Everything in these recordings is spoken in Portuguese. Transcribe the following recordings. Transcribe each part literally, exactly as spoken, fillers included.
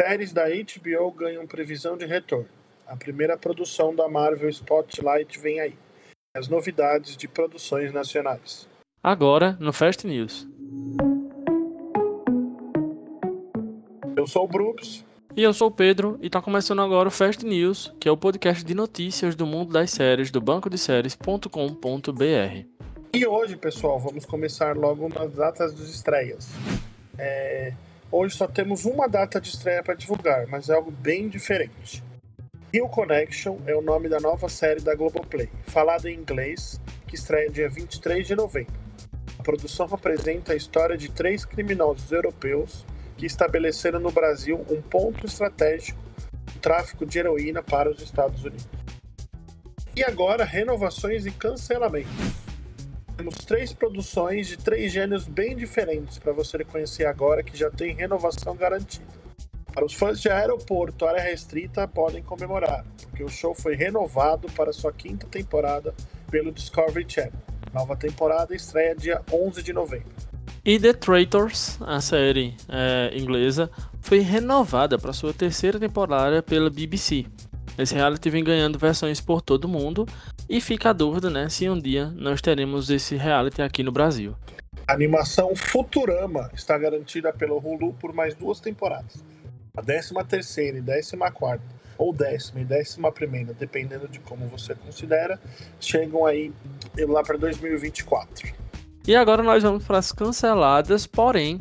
Séries da H B O ganham previsão de retorno. A primeira produção da Marvel Spotlight vem aí. As novidades de produções nacionais. Agora no Fast News. Eu sou o Brooks. E eu sou o Pedro, e tá começando agora o Fast News, que é o podcast de notícias do mundo das séries do banco de séries ponto com ponto b r. E hoje, pessoal, vamos começar logo nas datas das estreias. É... Hoje só temos uma data de estreia para divulgar, mas é algo bem diferente. Hill Connection é o nome da nova série da Globoplay, falada em inglês, que estreia dia vinte e três de novembro. A produção apresenta a história de três criminosos europeus que estabeleceram no Brasil um ponto estratégico do tráfico de heroína para os Estados Unidos. E agora, renovações e cancelamentos. Temos três produções de três gêneros bem diferentes para você conhecer agora, que já tem renovação garantida. Para os fãs de Aeroporto, Área Restrita podem comemorar, porque o show foi renovado para sua quinta temporada pelo Discovery Channel. Nova temporada estreia dia onze de novembro. E The Traitors, a série é, inglesa, foi renovada para sua terceira temporada pela B B C. Esse reality vem ganhando versões por todo mundo, e fica a dúvida, né, se um dia nós teremos esse reality aqui no Brasil. A animação Futurama está garantida pelo Hulu por mais duas temporadas. A décima terceira e décima quarta, ou décima e décima primeira, dependendo de como você considera, chegam aí lá para dois mil e vinte e quatro. E agora nós vamos para as canceladas, porém,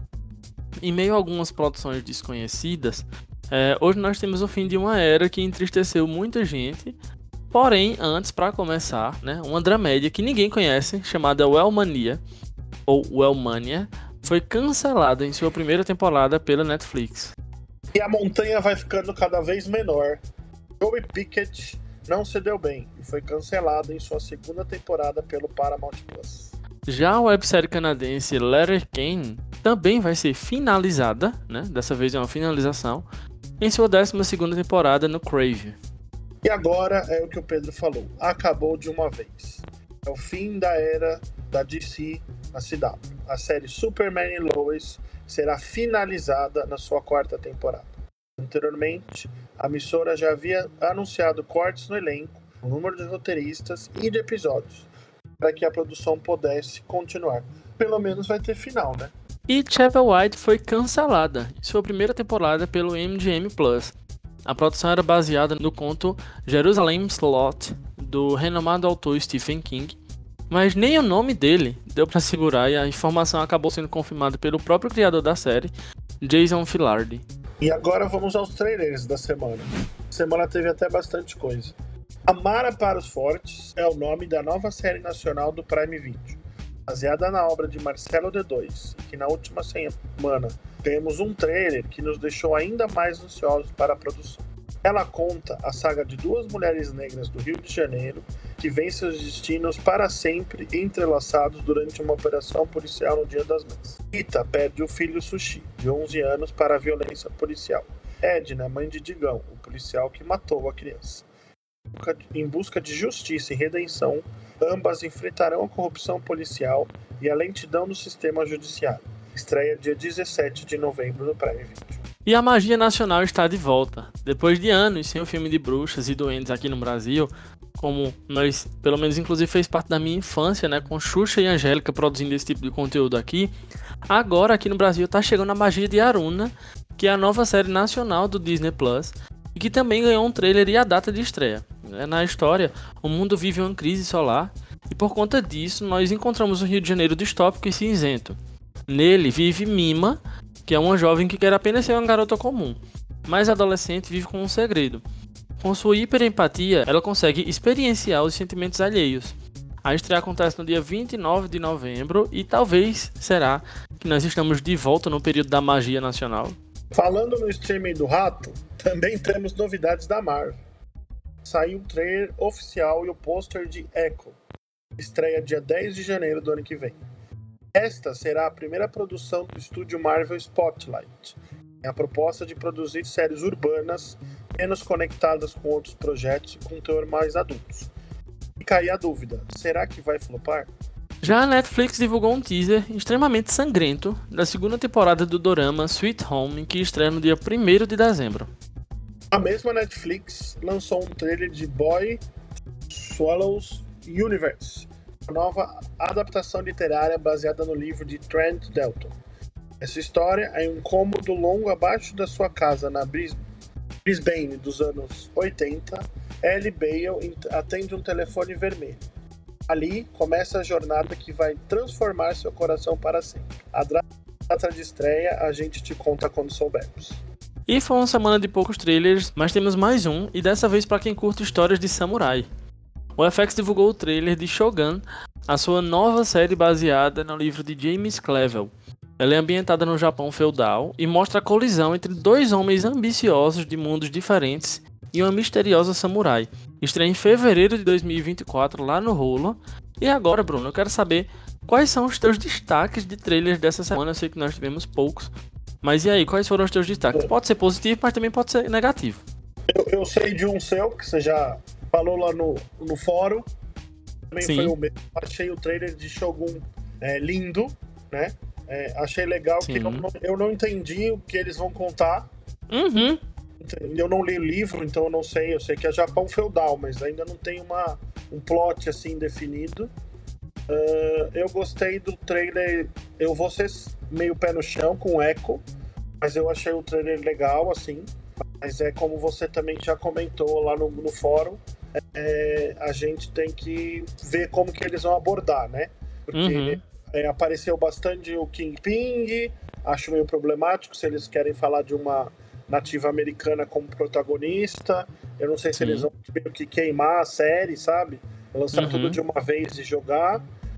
em meio a algumas produções desconhecidas, é, hoje nós temos o fim de uma era que entristeceu muita gente. Porém, antes, para começar, né, uma dramédia que ninguém conhece, chamada Wellmania, ou Wellmania, foi cancelada em sua primeira temporada pela Netflix. E a montanha vai ficando cada vez menor. Joey Pickett não se deu bem e foi cancelada em sua segunda temporada pelo Paramount Plus. Já a websérie canadense Letterkenny também vai ser finalizada, né, dessa vez é uma finalização, em sua décima segunda temporada no Crave. E agora é o que o Pedro falou, acabou de uma vez. É o fim da era da D C na C W. A série Superman e Lois será finalizada na sua quarta temporada. Anteriormente, a emissora já havia anunciado cortes no elenco, o número de roteiristas e de episódios, para que a produção pudesse continuar. Pelo menos vai ter final, né? E Chapel White foi cancelada em sua primeira temporada pelo M G M Plus. A produção era baseada no conto Jerusalem's Lot, do renomado autor Stephen King, mas nem o nome dele deu para segurar e a informação acabou sendo confirmada pelo próprio criador da série, Jason Filardi. E agora vamos aos trailers da semana. A semana teve até bastante coisa. Amara para os Fortes é o nome da nova série nacional do Prime Video, baseada na obra de Marcelo D dois, que na última semana temos um trailer que nos deixou ainda mais ansiosos para a produção. Ela conta a saga de duas mulheres negras do Rio de Janeiro que veem seus destinos para sempre entrelaçados durante uma operação policial no Dia das Mães. Rita perde o filho Sushi, de onze anos, para a violência policial. Edna, mãe de Digão, o policial que matou a criança. Em busca de justiça e redenção, ambas enfrentarão a corrupção policial e a lentidão do sistema judiciário. Estreia dia dezessete de novembro no Prime Video. E a magia nacional está de volta. Depois de anos sem o filme de bruxas e duendes aqui no Brasil, como nós, pelo menos inclusive fez parte da minha infância, né, com Xuxa e Angélica produzindo esse tipo de conteúdo aqui, agora aqui no Brasil está chegando a magia de Aruna, que é a nova série nacional do Disney Plus, e que também ganhou um trailer e a data de estreia. Na história, o mundo vive uma crise solar, e por conta disso nós encontramos um Rio de Janeiro distópico e cinzento. Nele vive Mima, que é uma jovem que quer apenas ser uma garota comum, mas a adolescente vive com um segredo. Com sua hiperempatia, ela consegue experienciar os sentimentos alheios. A estreia acontece no dia vinte e nove de novembro e talvez será que nós estamos de volta no período da magia nacional. Falando no streaming do Rato, também temos novidades da Marvel. Saiu um trailer oficial e o pôster de Echo. Estreia dia dez de janeiro do ano que vem. Esta será a primeira produção do estúdio Marvel Spotlight. É a proposta de produzir séries urbanas, menos conectadas com outros projetos e com teor mais adultos. Fica aí a dúvida, será que vai flopar? Já a Netflix divulgou um teaser extremamente sangrento da segunda temporada do dorama Sweet Home, que estreia no dia primeiro de dezembro. A mesma Netflix lançou um trailer de Boy Swallows Universe, uma nova adaptação literária baseada no livro de Trent Dalton. Essa história é um cômodo longo abaixo da sua casa na Brisbane dos anos oitenta. Ellie Bale atende um telefone vermelho. Ali começa a jornada que vai transformar seu coração para sempre. A data de estreia a gente te conta quando soubermos. E foi uma semana de poucos trailers, mas temos mais um, e dessa vez para quem curte histórias de samurai. O F X divulgou o trailer de Shogun, a sua nova série baseada no livro de James Clavell. Ela é ambientada no Japão feudal e mostra a colisão entre dois homens ambiciosos de mundos diferentes e uma misteriosa samurai. Estreia em fevereiro de dois mil e vinte e quatro lá no Hulu. E agora, Bruno, eu quero saber quais são os teus destaques de trailers dessa semana. Eu sei que nós tivemos poucos, mas e aí, quais foram os teus destaques? Pode ser positivo, mas também pode ser negativo. Eu, eu sei de um seu, que você já falou lá no, no fórum. Também Sim. Foi o mesmo. Achei o trailer de Shogun é, lindo, né? É, achei legal. Sim. Que eu não, eu não entendi o que eles vão contar. Uhum. Eu não li o livro, então eu não sei. Eu sei que é Japão feudal, mas ainda não tem uma, um plot assim definido. Uh, eu gostei do trailer. Eu vou ser meio pé no chão com o Echo, mas eu achei o trailer legal, assim. Mas é como você também já comentou lá no, no fórum, é, a gente tem que ver como que eles vão abordar, né? Porque uhum. é, apareceu bastante o Kingpin, acho meio problemático se eles querem falar de uma nativa americana como protagonista. Eu não sei se Sim. eles vão meio que queimar a série, sabe? Lançar uhum. tudo de uma vez e jogar.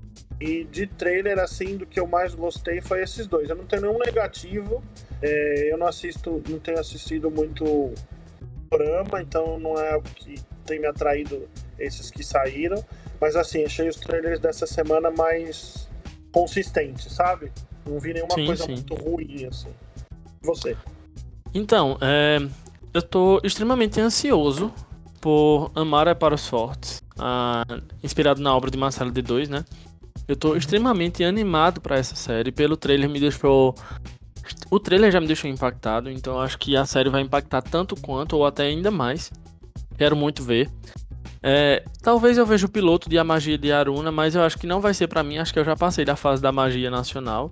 E de trailer, assim, do que eu mais gostei foi esses dois. Eu não tenho nenhum negativo. É, eu não assisto, não tenho assistido muito drama, então não é o que tem me atraído esses que saíram. Mas assim, achei os trailers dessa semana mais consistentes, sabe? Não vi nenhuma sim, coisa sim. muito ruim, assim. E você? Então, é, eu tô extremamente ansioso por Amar é para os Fortes, a, inspirado na obra de Marcelo D dois, né? Eu tô extremamente animado pra essa série. Pelo trailer me deixou... O trailer já me deixou impactado, então eu acho que a série vai impactar tanto quanto, ou até ainda mais. Quero muito ver. É, talvez eu veja o piloto de A Magia de Haruna, mas eu acho que não vai ser pra mim. Acho que eu já passei da fase da magia nacional.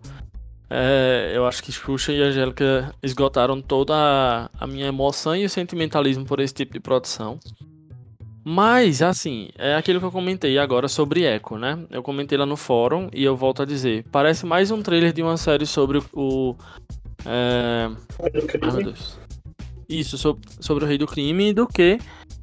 É, eu acho que Xuxa e Angélica esgotaram toda a, a minha emoção e o sentimentalismo por esse tipo de produção. Mas, assim, é aquilo que eu comentei agora sobre Echo, né? Eu comentei lá no fórum e eu volto a dizer. Parece mais um trailer de uma série sobre o... É... Ai, meu Deus. Isso, sobre, sobre o Rei do Crime do que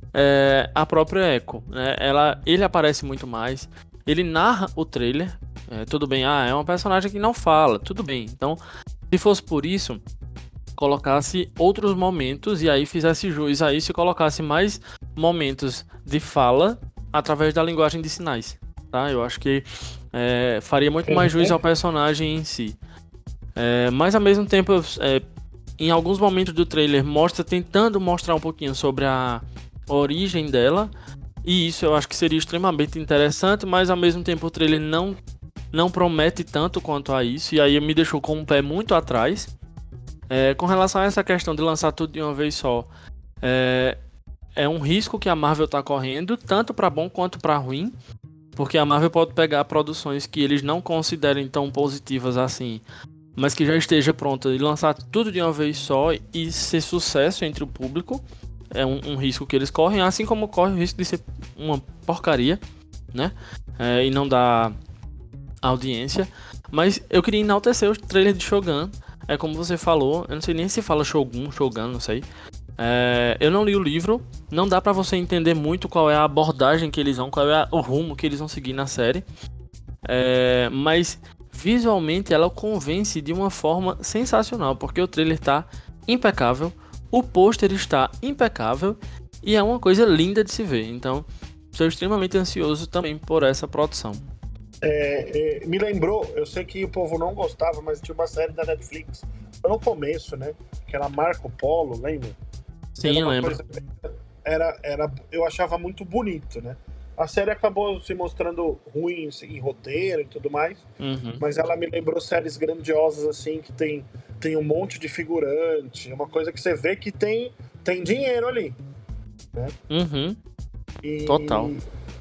é, a própria Echo, né? Ela, ele aparece muito mais. Ele narra o trailer. É, tudo bem, ah, é uma personagem que não fala. Tudo bem. Então, se fosse por isso, colocasse outros momentos e aí fizesse jus a isso e colocasse mais momentos de fala através da linguagem de sinais, tá? Eu acho que é, faria muito mais jus ao personagem em si. É, mas ao mesmo tempo, é, em alguns momentos do trailer mostra tentando mostrar um pouquinho sobre a origem dela, e isso eu acho que seria extremamente interessante, mas ao mesmo tempo o trailer não, não promete tanto quanto a isso, e aí me deixou com um pé muito atrás. É, com relação a essa questão de lançar tudo de uma vez só, é, é um risco que a Marvel está correndo, tanto para bom quanto para ruim, porque a Marvel pode pegar produções que eles não considerem tão positivas assim, mas que já esteja pronta e lançar tudo de uma vez só e ser sucesso entre o público. É um, um risco que eles correm, assim como corre o risco de ser uma porcaria, né? É, e não dar audiência. Mas eu queria enaltecer o trailer de Shogun. É como você falou, eu não sei nem se fala Shogun, Shogun, não sei. É, eu não li o livro, não dá pra você entender muito qual é a abordagem que eles vão, qual é o rumo que eles vão seguir na série. É, mas visualmente ela convence de uma forma sensacional, porque o trailer tá impecável, o pôster está impecável e é uma coisa linda de se ver. Então, sou extremamente ansioso também por essa produção. É, é, me lembrou, eu sei que o povo não gostava, mas tinha uma série da Netflix no começo, né? Que era Marco Polo, lembra? Sim, eu lembro. Coisa, era, era, eu achava muito bonito, né? A série acabou se mostrando ruim em roteiro e tudo mais, Uhum. mas ela me lembrou séries grandiosas, assim, que tem, tem um monte de figurante, uma coisa que você vê que tem, tem dinheiro ali. Né? Uhum. E Total.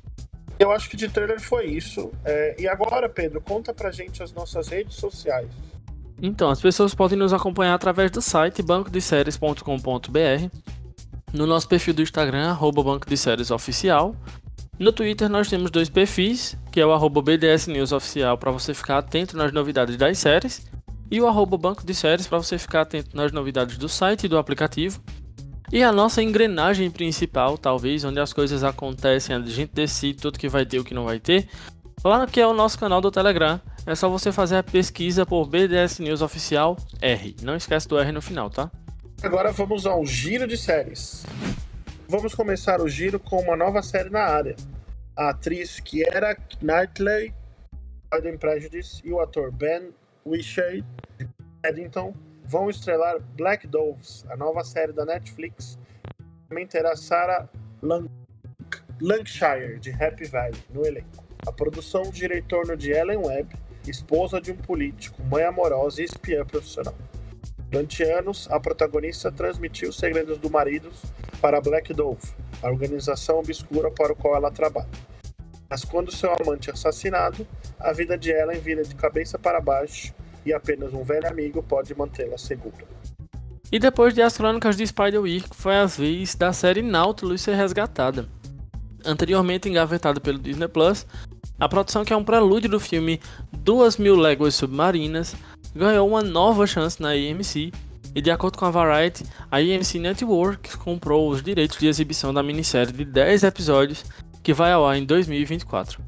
eu acho que de trailer foi isso. É, e agora, Pedro, conta pra gente as nossas redes sociais. Então, as pessoas podem nos acompanhar através do site banco de séries ponto com ponto b r, no nosso perfil do Instagram, arroba Banco de Séries Oficial. No Twitter nós temos dois perfis, que é o arroba B D S News Oficial para você ficar atento nas novidades das séries, e o arroba Banco de Séries para você ficar atento nas novidades do site e do aplicativo. E a nossa engrenagem principal, talvez, onde as coisas acontecem, a gente decide tudo que vai ter e o que não vai ter, lá que é o nosso canal do Telegram. É só você fazer a pesquisa por B D S News Oficial R. Não esquece do R no final, tá? Agora vamos ao giro de séries. Vamos começar o giro com uma nova série na área. A atriz Keira Knightley, Pride and Prejudice, e o ator Ben Whishaw, de Paddington, vão estrelar Black Doves, a nova série da Netflix. Também terá Sarah Lank- Lancashire, de Happy Valley, no elenco. A produção gira em torno de Ellen Webb, esposa de um político, mãe amorosa e espiã profissional. Durante anos, a protagonista transmitiu os segredos do marido para Black Dove, a organização obscura para a qual ela trabalha. Mas quando seu amante é assassinado, a vida de Ellen vira de cabeça para baixo e apenas um velho amigo pode mantê-la segura. E depois de As Crônicas de Spiderwick, foi a vez da série Nautilus ser resgatada. Anteriormente engavetada pelo Disney Plus, a produção, que é um prelúdio do filme Duas Mil Léguas Submarinas, ganhou uma nova chance na A M C, e de acordo com a Variety, a A M C Networks comprou os direitos de exibição da minissérie de dez episódios, que vai ao ar em dois mil e vinte e quatro.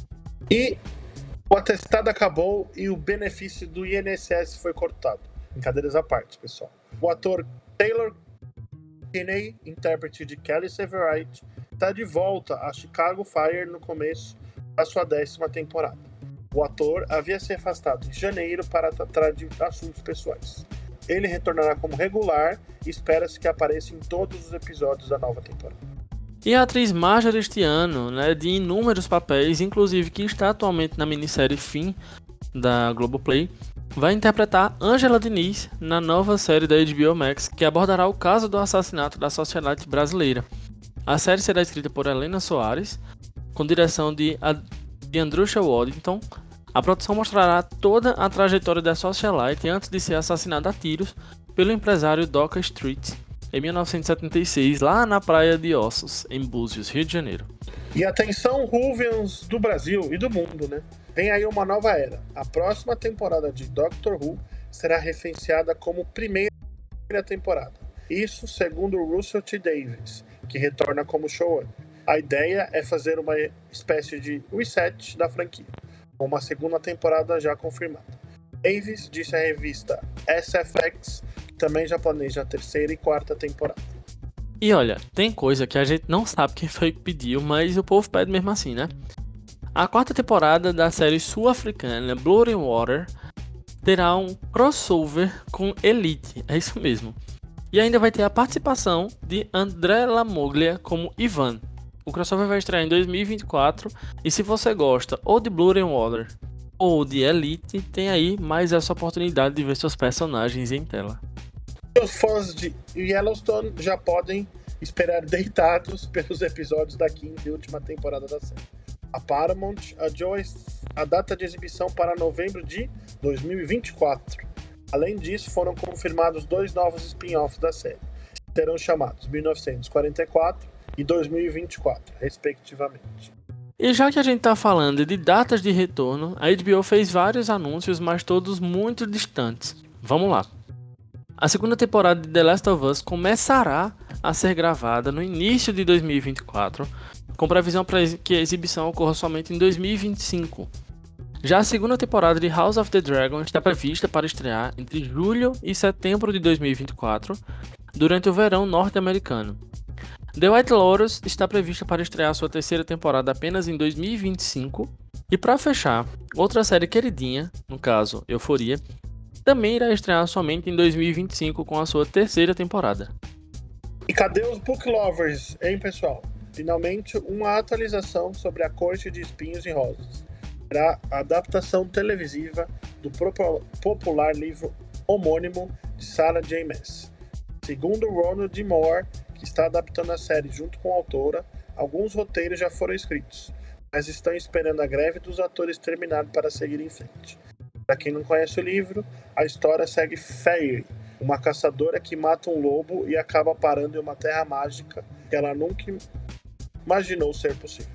E o atestado acabou e o benefício do I N S S foi cortado. Brincadeiras à parte, pessoal. O ator Taylor Kinney, intérprete de Kelly Severide, está de volta a Chicago Fire no começo da sua décima temporada. O ator havia se afastado em janeiro para tratar de assuntos pessoais. Ele retornará como regular e espera-se que apareça em todos os episódios da nova temporada. E a atriz Marjorie este ano, né, de inúmeros papéis, inclusive que está atualmente na minissérie Fim da Globoplay, vai interpretar Ângela Diniz na nova série da H B O Max, que abordará o caso do assassinato da sociedade brasileira. A série será escrita por Helena Soares, com direção de, de Andrusha Waddington. A produção mostrará toda a trajetória da socialite antes de ser assassinada a tiros pelo empresário Doca Street, em mil novecentos e setenta e seis, lá na Praia de Ossos, em Búzios, Rio de Janeiro. E atenção, Whovians do Brasil e do mundo, né? Vem aí uma nova era. A próxima temporada de Doctor Who será referenciada como primeira temporada. Isso segundo Russell T. Davies, que retorna como showrunner. A ideia é fazer uma espécie de reset da franquia, com uma segunda temporada já confirmada. Davies disse à revista S F X que também já planeja a terceira e quarta temporada. E olha, tem coisa que a gente não sabe quem foi que pediu, mas o povo pede mesmo assim, né? A quarta temporada da série sul-africana Blood and Water terá um crossover com Elite, é isso mesmo. E ainda vai ter a participação de André Lamoglia como Ivan. O crossover vai estrear em dois mil e vinte e quatro, e se você gosta ou de Blood and Water ou de Elite, tem aí mais essa oportunidade de ver seus personagens em tela. Os fãs de Yellowstone já podem esperar deitados pelos episódios da quinta e última temporada da série. A Paramount adiou a data de exibição para novembro de dois mil e vinte e quatro. Além disso, foram confirmados dois novos spin-offs da série, que serão chamados mil novecentos e quarenta e quatro e dois mil e vinte e quatro, respectivamente. E já que a gente tá falando de datas de retorno, a H B O fez vários anúncios, mas todos muito distantes. Vamos lá. A segunda temporada de The Last of Us começará a ser gravada no início de dois mil e vinte e quatro, com previsão para que a exibição ocorra somente em dois mil e vinte e cinco. Já a segunda temporada de House of the Dragon está prevista para estrear entre julho e setembro de dois mil e vinte e quatro, durante o verão norte-americano. The White Lotus está prevista para estrear sua terceira temporada apenas em dois mil e vinte e cinco. E para fechar, outra série queridinha, no caso Euphoria, também irá estrear somente em dois mil e vinte e cinco com a sua terceira temporada. E cadê os book lovers, hein, pessoal? Finalmente, uma atualização sobre A Corte de Espinhos e Rosas. Será a adaptação televisiva do popular livro homônimo de Sarah J. Maas. Segundo Ronald D. Moore, que está adaptando a série junto com a autora, alguns roteiros já foram escritos, mas estão esperando a greve dos atores terminar para seguir em frente. Para quem não conhece o livro, a história segue Fairy, uma caçadora que mata um lobo e acaba parando em uma terra mágica que ela nunca imaginou ser possível.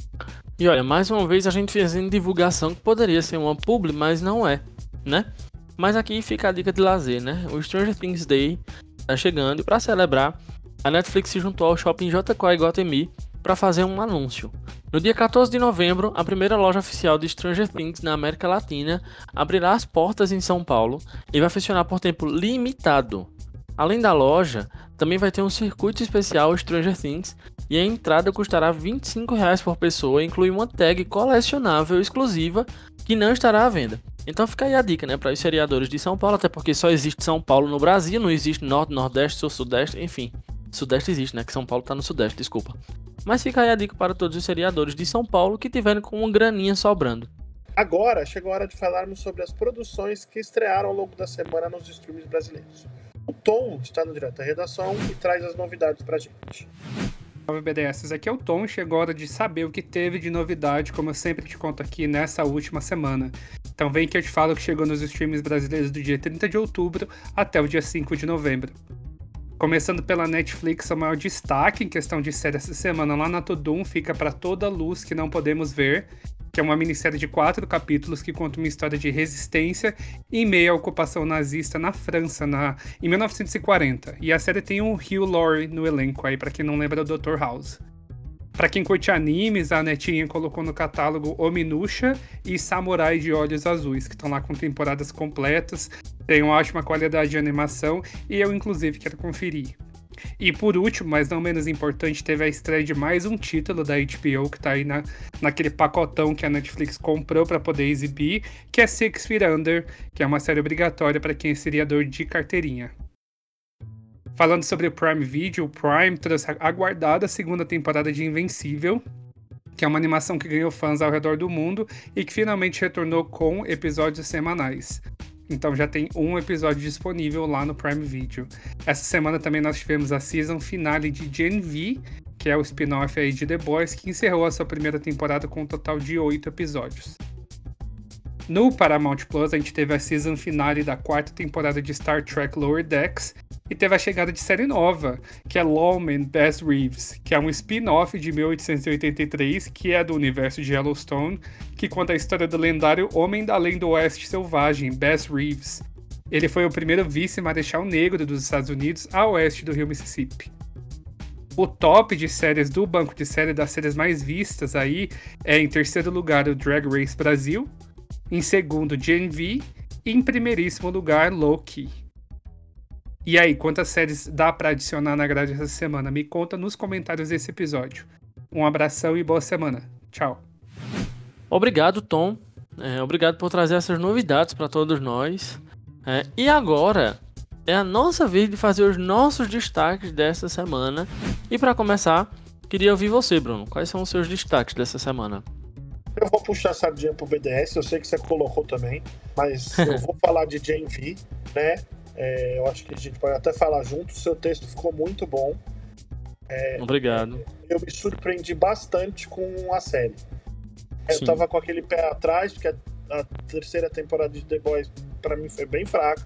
E olha, mais uma vez a gente fazendo divulgação que poderia ser uma publi, mas não é, né? Mas aqui fica a dica de lazer, né? O Stranger Things Day tá chegando e para celebrar, a Netflix se juntou ao Shopping J K Iguatemi para fazer um anúncio. No dia quatorze de novembro, a primeira loja oficial de Stranger Things na América Latina abrirá as portas em São Paulo e vai funcionar por tempo limitado. Além da loja, também vai ter um circuito especial Stranger Things e a entrada custará vinte e cinco reais por pessoa e inclui uma tag colecionável exclusiva que não estará à venda. Então fica aí a dica, né, para os seriadores de São Paulo, até porque só existe São Paulo no Brasil, não existe Norte, Nordeste, Sul, Sudeste, enfim. Sudeste existe, né, que São Paulo tá no Sudeste, desculpa. Mas fica aí a dica para todos os seriadores de São Paulo que tiverem com uma graninha sobrando. Agora chegou a hora de falarmos sobre as produções que estrearam ao longo da semana nos streams brasileiros. O Tom está no Direto da Redação e traz as novidades pra gente. Salve B D S, aqui é o Tom, chegou a hora de saber o que teve de novidade, como eu sempre te conto aqui nessa última semana. Então vem que eu te falo o que chegou nos streams brasileiros do dia trinta de outubro até o dia cinco de novembro. Começando pela Netflix, o maior destaque em questão de série essa semana lá na Tudum fica Pra Toda Luz Que Não Podemos Ver, que é uma minissérie de quatro capítulos que conta uma história de resistência em meio à ocupação nazista na França, na, em mil novecentos e quarenta. E a série tem o Hugh Laurie no elenco, aí pra quem não lembra, o doutor House. Pra quem curte animes, a Netinha colocou no catálogo Ominusha e Samurai de Olhos Azuis, que estão lá com temporadas completas, tem uma ótima qualidade de animação e eu, inclusive, quero conferir. E por último, mas não menos importante, teve a estreia de mais um título da H B O que tá aí na, naquele pacotão que a Netflix comprou para poder exibir, que é Six Feet Under, que é uma série obrigatória para quem é seriador de carteirinha. Falando sobre o Prime Video, o Prime trouxe a aguardada segunda temporada de Invencível, que é uma animação que ganhou fãs ao redor do mundo e que finalmente retornou com episódios semanais. Então já tem um episódio disponível lá no Prime Video. Essa semana também nós tivemos a season finale de Gen V, que é o spin-off aí de The Boys, que encerrou a sua primeira temporada com um total de oito episódios. No Paramount Plus, a gente teve a season finale da quarta temporada de Star Trek Lower Decks, e teve a chegada de série nova, que é Lawman Bass Reeves, que é um spin-off de mil oitocentos e oitenta e três, que é do universo de Yellowstone, que conta a história do lendário Homem da Além do Oeste Selvagem, Bass Reeves. Ele foi o primeiro vice-marechal negro dos Estados Unidos a oeste do rio Mississippi. O top de séries do banco de série das séries mais vistas aí é, em terceiro lugar, o Drag Race Brasil, em segundo, Gen V, e em primeiríssimo lugar, Loki. E aí, quantas séries dá pra adicionar na grade essa semana? Me conta nos comentários desse episódio. Um abração e boa semana. Tchau. Obrigado, Tom. É, obrigado por trazer essas novidades para todos nós. É, e agora é a nossa vez de fazer os nossos destaques dessa semana. E para começar, queria ouvir você, Bruno. Quais são os seus destaques dessa semana? Eu vou puxar a sardinha pro B D S, eu sei que você colocou também, mas eu vou falar de Gen V, né? É, eu acho que a gente pode até falar junto. Seu texto ficou muito bom. É, Obrigado. Eu me surpreendi bastante com a série. Eu Sim. tava com aquele pé atrás, porque a, a terceira temporada de The Boys pra mim foi bem fraca.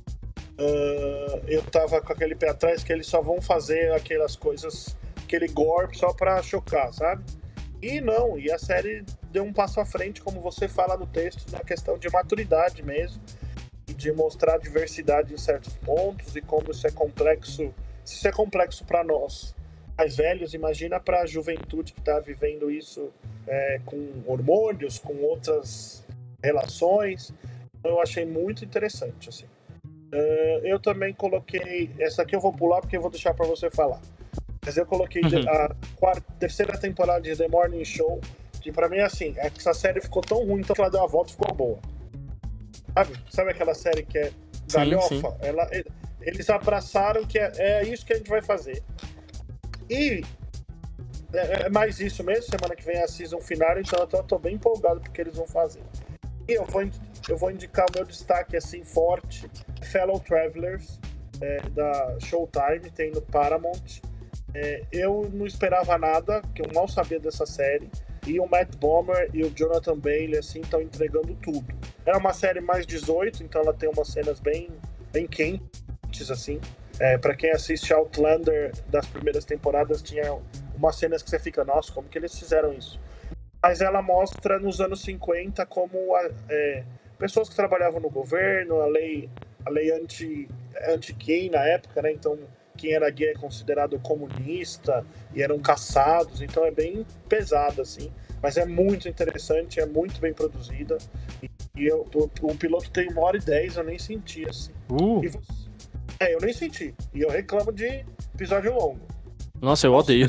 Uh, eu tava com aquele pé atrás que eles só vão fazer aquelas coisas, aquele gore só pra chocar, sabe? E não, e a série deu um passo à frente, como você fala no texto, na questão de maturidade mesmo, e de mostrar diversidade em certos pontos, e como isso é complexo, se isso é complexo para nós mais velhos, imagina para a juventude que está vivendo isso é, com hormônios, com outras relações. Então, eu achei muito interessante, assim. Uh, eu também coloquei, essa aqui eu vou pular porque eu vou deixar para você falar. Mas eu coloquei uhum. a quarta, terceira temporada de The Morning Show, que pra mim é assim, é que essa série ficou tão ruim, então ela deu a volta e ficou boa. Sabe? Sabe aquela série que é galhofa? Ela, eles abraçaram que é, é isso que a gente vai fazer. E É, é mais isso mesmo, semana que vem é a season final, então eu tô, tô bem empolgado porque eles vão fazer. E eu vou, eu vou indicar o meu destaque assim forte, Fellow Travelers, é, da Showtime, tem no Paramount. É, eu não esperava nada, que eu mal sabia dessa série. E o Matt Bomer e o Jonathan Bailey assim estão entregando tudo. Era uma série mais dezoito, então ela tem umas cenas bem, bem quentes assim. É, para quem assiste Outlander das primeiras temporadas, tinha umas cenas que você fica, nossa, como que eles fizeram isso? Mas ela mostra nos anos cinquenta como a, é, pessoas que trabalhavam no governo, a lei, a lei anti, anti-gay na época, né? Então quem era gay é considerado comunista e eram caçados, então é bem pesado assim, mas é muito interessante, é muito bem produzida e, e eu, o, o piloto tem uma hora e dez, eu nem senti assim. Uh. E você, é, eu nem senti, e eu reclamo de episódio longo. Nossa, eu odeio.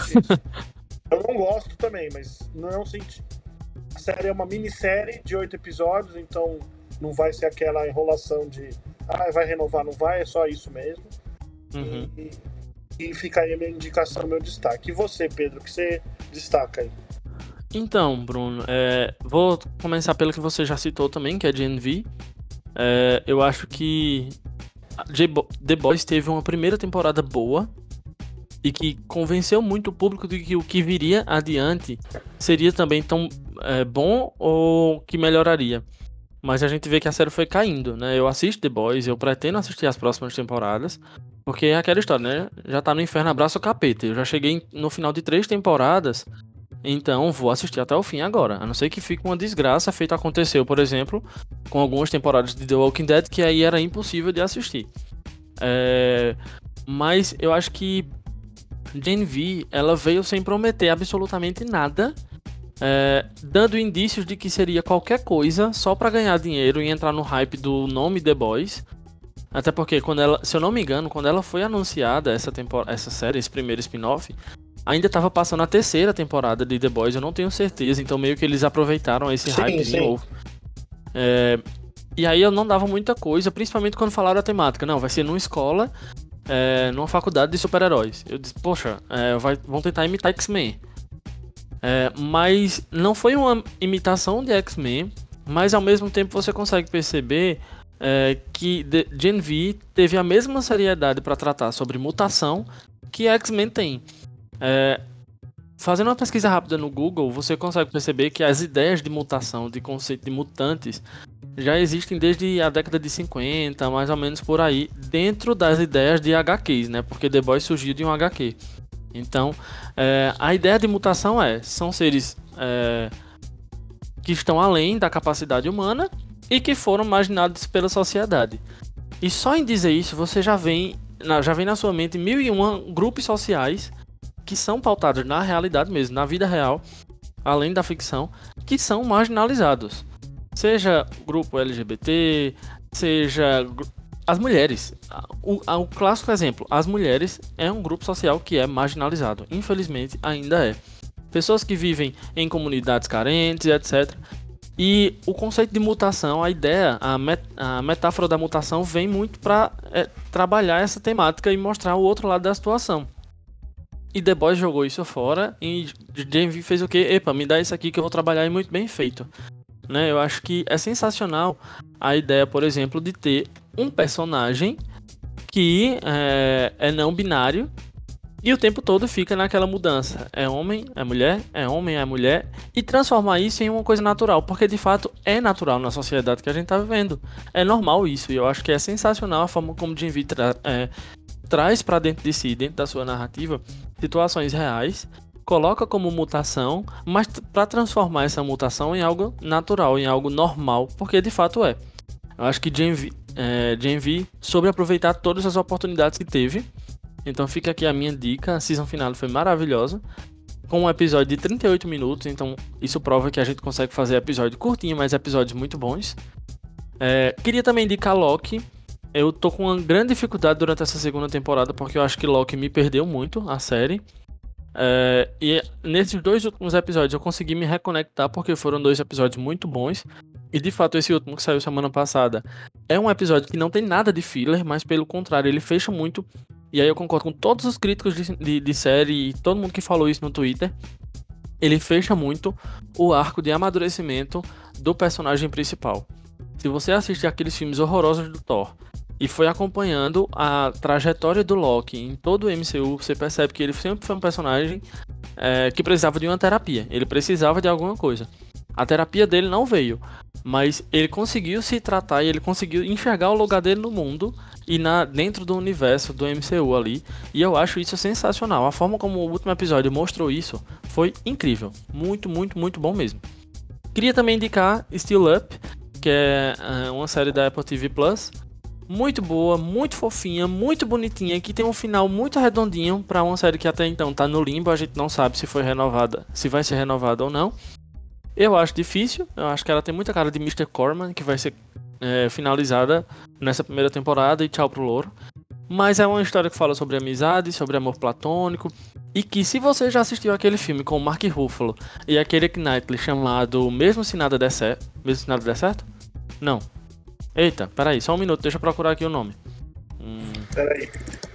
Eu não gosto também, mas não senti. A série é uma minissérie de oito episódios, então não vai ser aquela enrolação de ah, vai renovar, não vai, é só isso mesmo. Uhum. E, e fica aí a minha indicação, meu destaque. E você, Pedro, o que você destaca aí? Então, Bruno, é, vou começar pelo que você já citou também, que é Gen V. É, eu acho que The Boys teve uma primeira temporada boa e que convenceu muito o público de que o que viria adiante seria também tão é, bom ou que melhoraria. Mas a gente vê que a série foi caindo, né? Eu assisto The Boys, eu pretendo assistir as próximas temporadas, porque é aquela história, né? Já tá no inferno, abraça o capeta. Eu já cheguei no final de três temporadas, então vou assistir até o fim agora. A não ser que fique uma desgraça, feito aconteceu, por exemplo, com algumas temporadas de The Walking Dead, que aí era impossível de assistir. É... Mas eu acho que Gen V, ela veio sem prometer absolutamente nada, É, dando indícios de que seria qualquer coisa só pra ganhar dinheiro e entrar no hype do nome The Boys. Até porque, quando ela, se eu não me engano, quando ela foi anunciada, essa, tempor- essa série, esse primeiro spin-off, ainda tava passando a terceira temporada de The Boys, eu não tenho certeza, então meio que eles aproveitaram esse Sim, hypezinho. sim. É, e aí eu não dava muita coisa, principalmente quando falaram a temática. Não, vai ser numa escola, é, numa faculdade de super-heróis. Eu disse, poxa, é, vai, vão tentar imitar X-Men. É, mas não foi uma imitação de X-Men, mas ao mesmo tempo você consegue perceber é, que The Gen V teve a mesma seriedade para tratar sobre mutação que X-Men tem. É, fazendo uma pesquisa rápida no Google, você consegue perceber que as ideias de mutação, de conceito de mutantes, já existem desde a década de cinquenta, mais ou menos por aí, dentro das ideias de H Qs, né? Porque The Boys surgiu de um H Q. Então, é, a ideia de mutação é, são seres é, que estão além da capacidade humana e que foram marginados pela sociedade. E só em dizer isso, você já vem, já vem na sua mente mil e um grupos sociais que são pautados na realidade mesmo, na vida real, além da ficção, que são marginalizados. Seja grupo L G B T, seja as mulheres. O, o clássico exemplo, as mulheres é um grupo social que é marginalizado. Infelizmente, ainda é. Pessoas que vivem em comunidades carentes, etcétera. E o conceito de mutação, a ideia, a, met, a metáfora da mutação vem muito para é, trabalhar essa temática e mostrar o outro lado da situação. E The Boys jogou isso fora e Gen V fez o quê? Epa, me dá isso aqui que eu vou trabalhar e muito bem feito. Né? Eu acho que é sensacional a ideia, por exemplo, de ter um personagem que é, é não binário e o tempo todo fica naquela mudança. É homem, é mulher, é homem, é mulher. E transformar isso em uma coisa natural, porque de fato é natural na sociedade que a gente está vivendo. É normal isso, e eu acho que é sensacional a forma como Gen V tra- é, traz para dentro de si, dentro da sua narrativa, situações reais, coloca como mutação, mas para transformar essa mutação em algo natural, em algo normal, porque de fato é. Eu acho que Gen V, é, Gen V soube aproveitar todas as oportunidades que teve. Então fica aqui a minha dica. A season final foi maravilhosa, com um episódio de trinta e oito minutos. Então isso prova que a gente consegue fazer episódio curtinho, mas episódios muito bons. É, queria também indicar Loki. Eu tô com uma grande dificuldade durante essa segunda temporada, porque eu acho que Loki me perdeu muito, a série. É, e nesses dois últimos episódios eu consegui me reconectar, porque foram dois episódios muito bons. E de fato esse último que saiu semana passada é um episódio que não tem nada de filler, mas pelo contrário, ele fecha muito e aí eu concordo com todos os críticos de, de, de série e todo mundo que falou isso no Twitter, ele fecha muito o arco de amadurecimento do personagem principal. Se você assistir aqueles filmes horrorosos do Thor e foi acompanhando a trajetória do Loki em todo o M C U, você percebe que ele sempre foi um personagem é, que precisava de uma terapia. Ele precisava de alguma coisa. A terapia dele não veio, mas ele conseguiu se tratar e ele conseguiu enxergar o lugar dele no mundo e na, dentro do universo do M C U ali. E eu acho isso sensacional. A forma como o último episódio mostrou isso foi incrível. Muito, muito, muito bom mesmo. Queria também indicar Still Up, que é uh, uma série da Apple T V Plus. Muito boa, muito fofinha, muito bonitinha, que tem um final muito redondinho para uma série que até então tá no limbo. A gente não sabe se foi renovada, se vai ser renovada ou não. Eu acho difícil, eu acho que ela tem muita cara de mister Corman, que vai ser é, finalizada nessa primeira temporada e tchau pro louro. Mas é uma história que fala sobre amizade, sobre amor platônico, e que se você já assistiu aquele filme com o Mark Ruffalo e aquele Knightley chamado Mesmo Se Nada Der Certo... Mesmo Se Nada Der Certo? Não. Eita, peraí, só um minuto, deixa eu procurar aqui o nome. Hum... Peraí.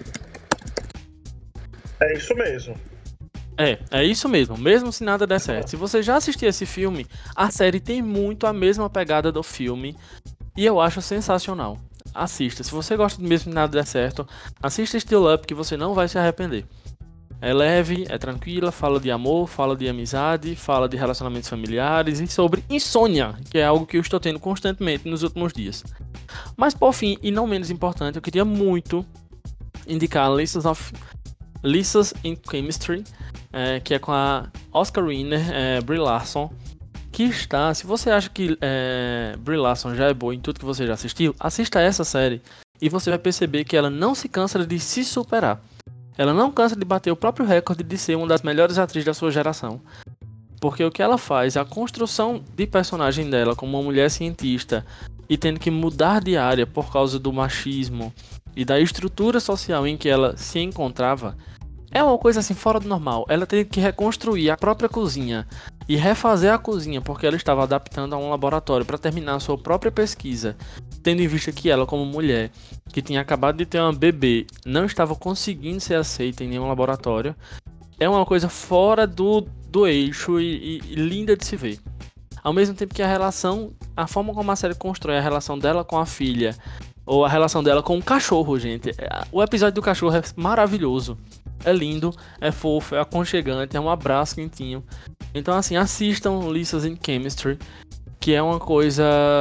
É isso mesmo. É, é isso mesmo, mesmo se nada der certo. Se você já assistiu esse filme, a série tem muito a mesma pegada do filme e eu acho sensacional. Assista, se você gosta de Mesmo se nada der certo, assista Still Up que você não vai se arrepender. É leve, é tranquila, fala de amor, fala de amizade, fala de relacionamentos familiares e sobre insônia, que é algo que eu estou tendo constantemente nos últimos dias. Mas por fim, e não menos importante, eu queria muito indicar Listas of... Listas in Chemistry, É, que é com a Oscar winner, é, Brie Larson, que está, se você acha que é, Brie Larson já é boa em tudo que você já assistiu, assista essa série e você vai perceber que ela não se cansa de se superar. Ela não cansa de bater o próprio recorde de ser uma das melhores atrizes da sua geração. Porque o que ela faz, a construção de personagem dela como uma mulher cientista e tendo que mudar de área por causa do machismo e da estrutura social em que ela se encontrava, é uma coisa assim fora do normal. Ela teve que reconstruir a própria cozinha e refazer a cozinha porque ela estava adaptando a um laboratório para terminar a sua própria pesquisa, tendo em vista que ela, como mulher que tinha acabado de ter uma bebê, não estava conseguindo ser aceita em nenhum laboratório. É uma coisa fora do, do eixo e, e, e linda de se ver. Ao mesmo tempo que a relação, a forma como a série constrói a relação dela com a filha ou a relação dela com o cachorro, gente. O episódio do cachorro é maravilhoso. É lindo, é fofo, é aconchegante, é um abraço quentinho. Então assim, assistam Listas in Chemistry, que é uma coisa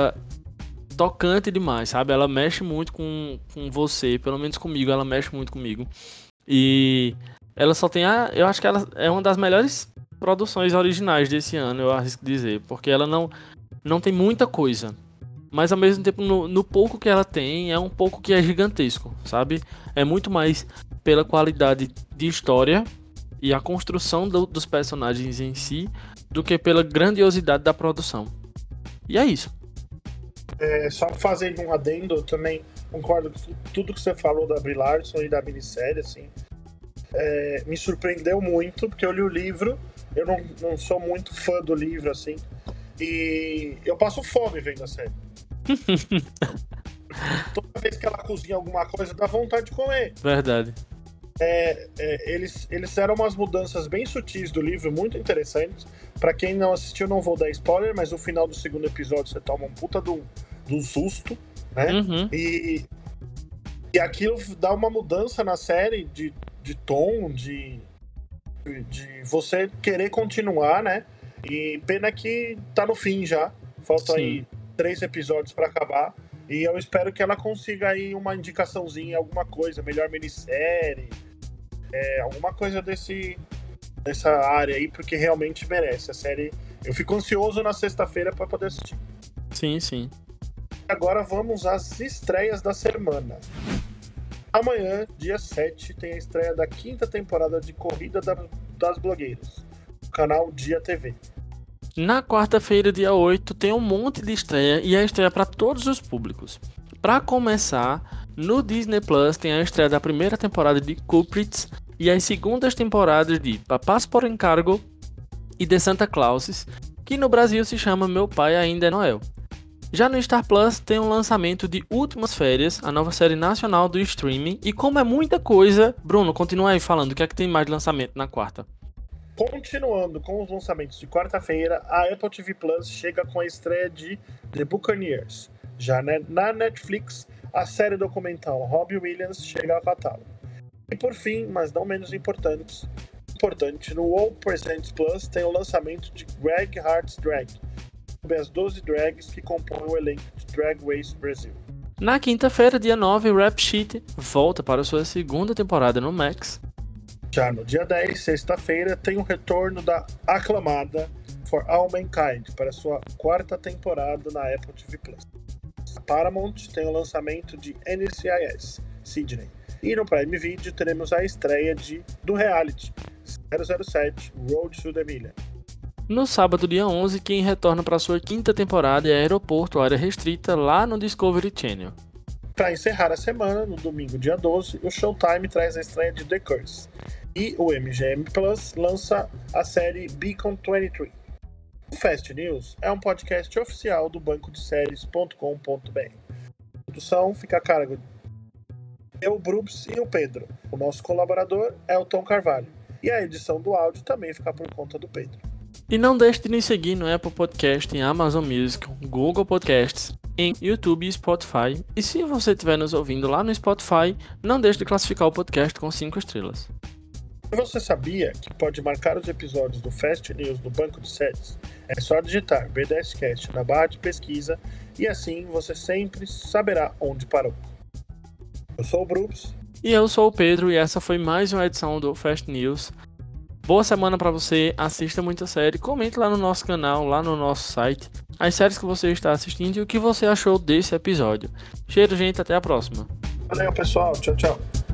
tocante demais, sabe? Ela mexe muito com, com você, pelo menos comigo, ela mexe muito comigo. E ela só tem a... Eu acho que ela é uma das melhores produções originais desse ano, eu arrisco dizer. Porque ela não, não tem muita coisa. Mas ao mesmo tempo, no, no pouco que ela tem, é um pouco que é gigantesco, sabe? É muito mais pela qualidade de história e a construção do, dos personagens em si, do que pela grandiosidade da produção. E é isso. É, só fazendo um adendo, eu também concordo com tudo que você falou da Brie Larson e da minissérie, assim. É, me surpreendeu muito, porque eu li o livro, eu não, não sou muito fã do livro, assim, e eu passo fome vendo a série. Toda vez que ela cozinha alguma coisa, dá vontade de comer. Verdade. É, é, eles, eles fizeram umas mudanças bem sutis do livro, muito interessantes. Pra quem não assistiu, não vou dar spoiler, mas no final do segundo episódio você toma um puta do, do susto, né? Uhum. E, e aquilo dá uma mudança na série de, de tom, de, de você querer continuar, né? E pena que tá no fim já. Faltam aí três episódios pra acabar. E eu espero que ela consiga aí uma indicaçãozinha, alguma coisa, melhor minissérie, é, alguma coisa desse, dessa área aí, porque realmente merece. A série, eu fico ansioso na sexta-feira pra poder assistir. Sim, sim. Agora vamos às estreias da semana. Amanhã, dia sete, tem a estreia da quinta temporada de Corrida das Blogueiras, no canal Dia T V. Na quarta-feira, dia oito, tem um monte de estreia e a estreia para todos os públicos. Para começar, no Disney Plus tem a estreia da primeira temporada de Culprits e as segundas temporadas de Papás por Encargo e The Santa Clauses, que no Brasil se chama Meu Pai Ainda é Noel. Já no Star Plus tem o lançamento de Últimas Férias, a nova série nacional do streaming. E como é muita coisa, Bruno, continua aí falando, o que é que tem mais de lançamento na quarta? Continuando com os lançamentos de quarta-feira, a Apple T V Plus chega com a estreia de The Buccaneers. Já na Netflix, a série documental Robbie Williams chega ao catálogo. E por fim, mas não menos importante, importante no All Presents Plus tem o lançamento de Greg Hart's Drag, sobre as doze drags que compõem o elenco de Drag Race Brasil. Na quinta-feira, dia nove, Rap Sheet volta para sua segunda temporada no Max. Já no dia dez, sexta-feira, tem o retorno da aclamada For All Mankind para sua quarta temporada na Apple T V Plus. A Paramount tem o lançamento de N C I S, Sydney. E no Prime Video teremos a estreia de, do reality zero zero sete Road to the Million. No sábado, dia onze, quem retorna para sua quinta temporada é Aeroporto, área restrita, lá no Discovery Channel. Para encerrar a semana, no domingo, dia doze, o Showtime traz a estreia de The Curse. E o M G M Plus lança a série Beacon vinte e três. O Fast News é um podcast oficial do banco de séries ponto com ponto b r. A produção fica a cargo de eu, Brubs e o Pedro. O nosso colaborador é o Tom Carvalho. E a edição do áudio também fica por conta do Pedro. E não deixe de nos seguir no Apple Podcast, em Amazon Music, Google Podcasts, em YouTube e Spotify. E se você estiver nos ouvindo lá no Spotify, não deixe de classificar o podcast com cinco estrelas. Você sabia que pode marcar os episódios do Fast News no banco de séries? É só digitar B D S Cast na barra de pesquisa e assim você sempre saberá onde parou. Eu sou o Brubs. E eu sou o Pedro e essa foi mais uma edição do Fast News. Boa semana pra você, assista muita série, comente lá no nosso canal, lá no nosso site, as séries que você está assistindo e o que você achou desse episódio. Cheiro, gente, até a próxima. Valeu, pessoal. Tchau, tchau.